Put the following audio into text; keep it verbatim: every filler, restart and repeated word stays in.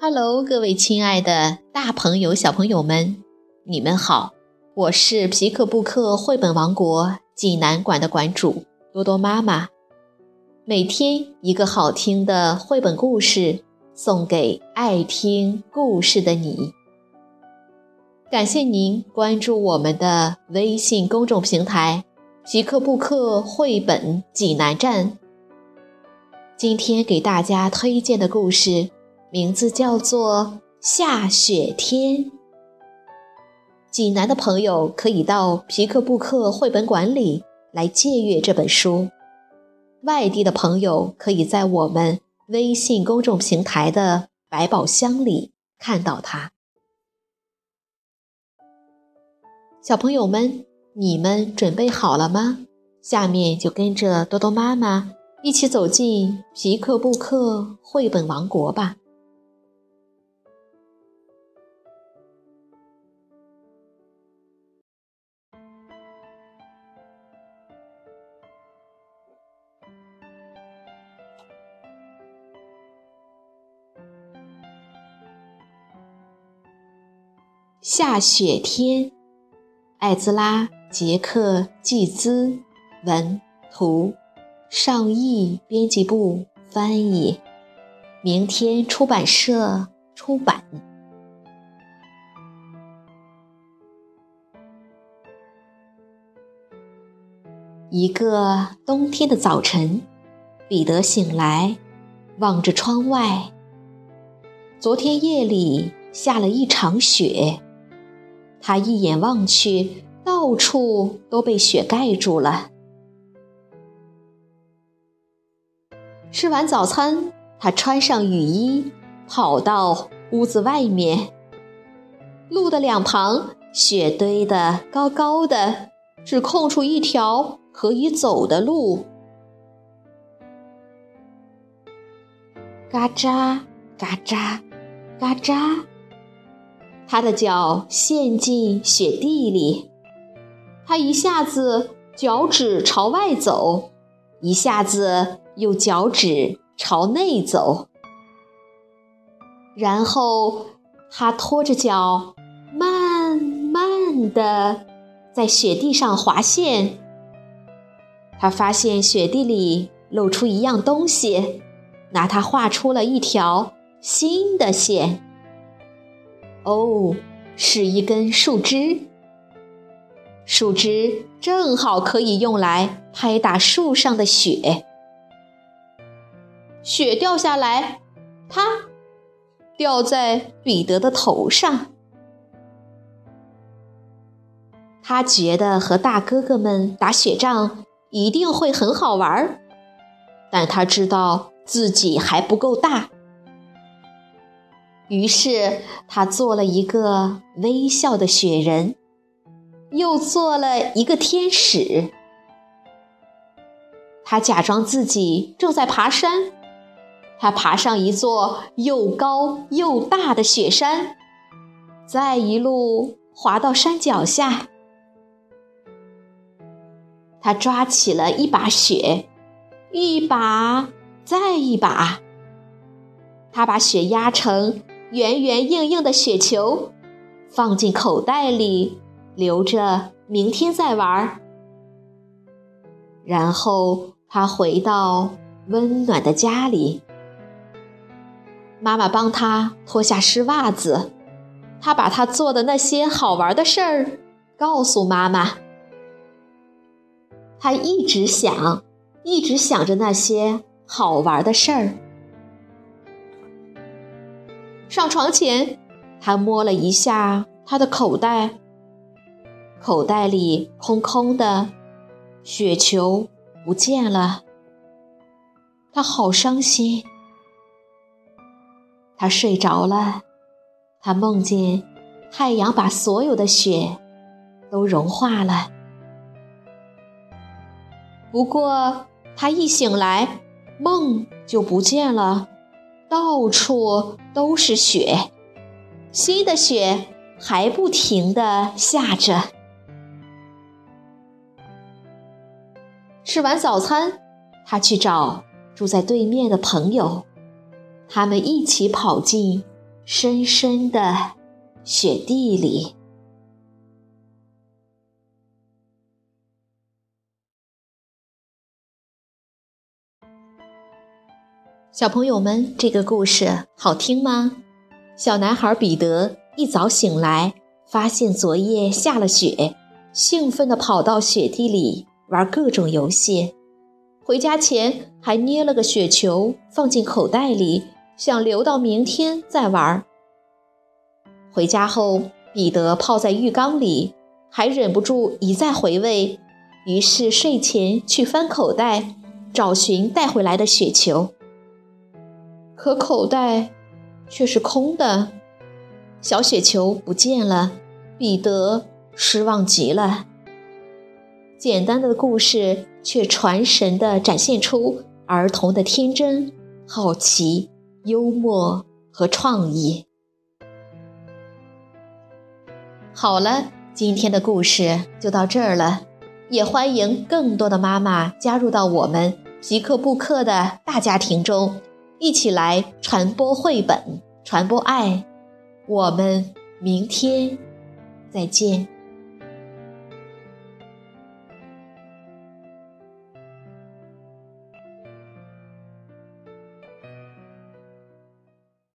Hello， 各位亲爱的大朋友、小朋友们，你们好！我是皮克布克绘本王国济南馆的馆主多多妈妈。每天一个好听的绘本故事，送给爱听故事的你。感谢您关注我们的微信公众平台皮克布克绘本济南站。今天给大家推荐的故事名字叫做下雪天。济南的朋友可以到皮克布克绘本馆里来借阅这本书，外地的朋友可以在我们微信公众平台的百宝箱里看到它。小朋友们，你们准备好了吗？下面就跟着多多妈妈一起走进皮克布克绘本王国吧。下雪天，艾兹拉·杰克·季兹文图，上译编辑部翻译，明天出版社出版。一个冬天的早晨，彼得醒来，望着窗外。昨天夜里下了一场雪，他一眼望去，到处都被雪盖住了。吃完早餐，他穿上雨衣，跑到屋子外面。路的两旁，雪堆得高高的，只空出一条可以走的路。嘎喳嘎喳嘎喳，他的脚陷进雪地里，他一下子脚趾朝外走，一下子又脚趾朝内走，然后他拖着脚慢慢地在雪地上滑线。他发现雪地里露出一样东西，拿它画出了一条新的线。哦，是一根树枝。树枝正好可以用来拍打树上的雪。雪掉下来，啪，掉在彼得的头上。他觉得和大哥哥们打雪仗一定会很好玩，但他知道自己还不够大。于是他做了一个微笑的雪人，又做了一个天使。他假装自己正在爬山，他爬上一座又高又大的雪山，再一路滑到山脚下。他抓起了一把雪，一把再一把。他把雪压成圆圆硬硬的雪球，放进口袋里，留着明天再玩。然后他回到温暖的家里。妈妈帮他脱下湿袜子，他把他做的那些好玩的事儿告诉妈妈。他一直想，一直想着那些好玩的事儿。上床前，他摸了一下他的口袋，口袋里空空的，雪球不见了。他好伤心。他睡着了，他梦见太阳把所有的雪都融化了。不过他一醒来，梦就不见了，到处都是雪，新的雪还不停地下着。吃完早餐，他去找住在对面的朋友，他们一起跑进深深的雪地里。小朋友们，这个故事好听吗？小男孩彼得一早醒来，发现昨夜下了雪，兴奋地跑到雪地里玩各种游戏。回家前还捏了个雪球放进口袋里，想留到明天再玩。回家后，彼得泡在浴缸里，还忍不住一再回味，于是睡前去翻口袋，找寻带回来的雪球。可口袋却是空的，小雪球不见了，彼得失望极了。简单的故事却传神地展现出儿童的天真、好奇、幽默和创意。好了，今天的故事就到这儿了，也欢迎更多的妈妈加入到我们皮克布克的大家庭中，一起来传播绘本，传播爱。我们明天再见。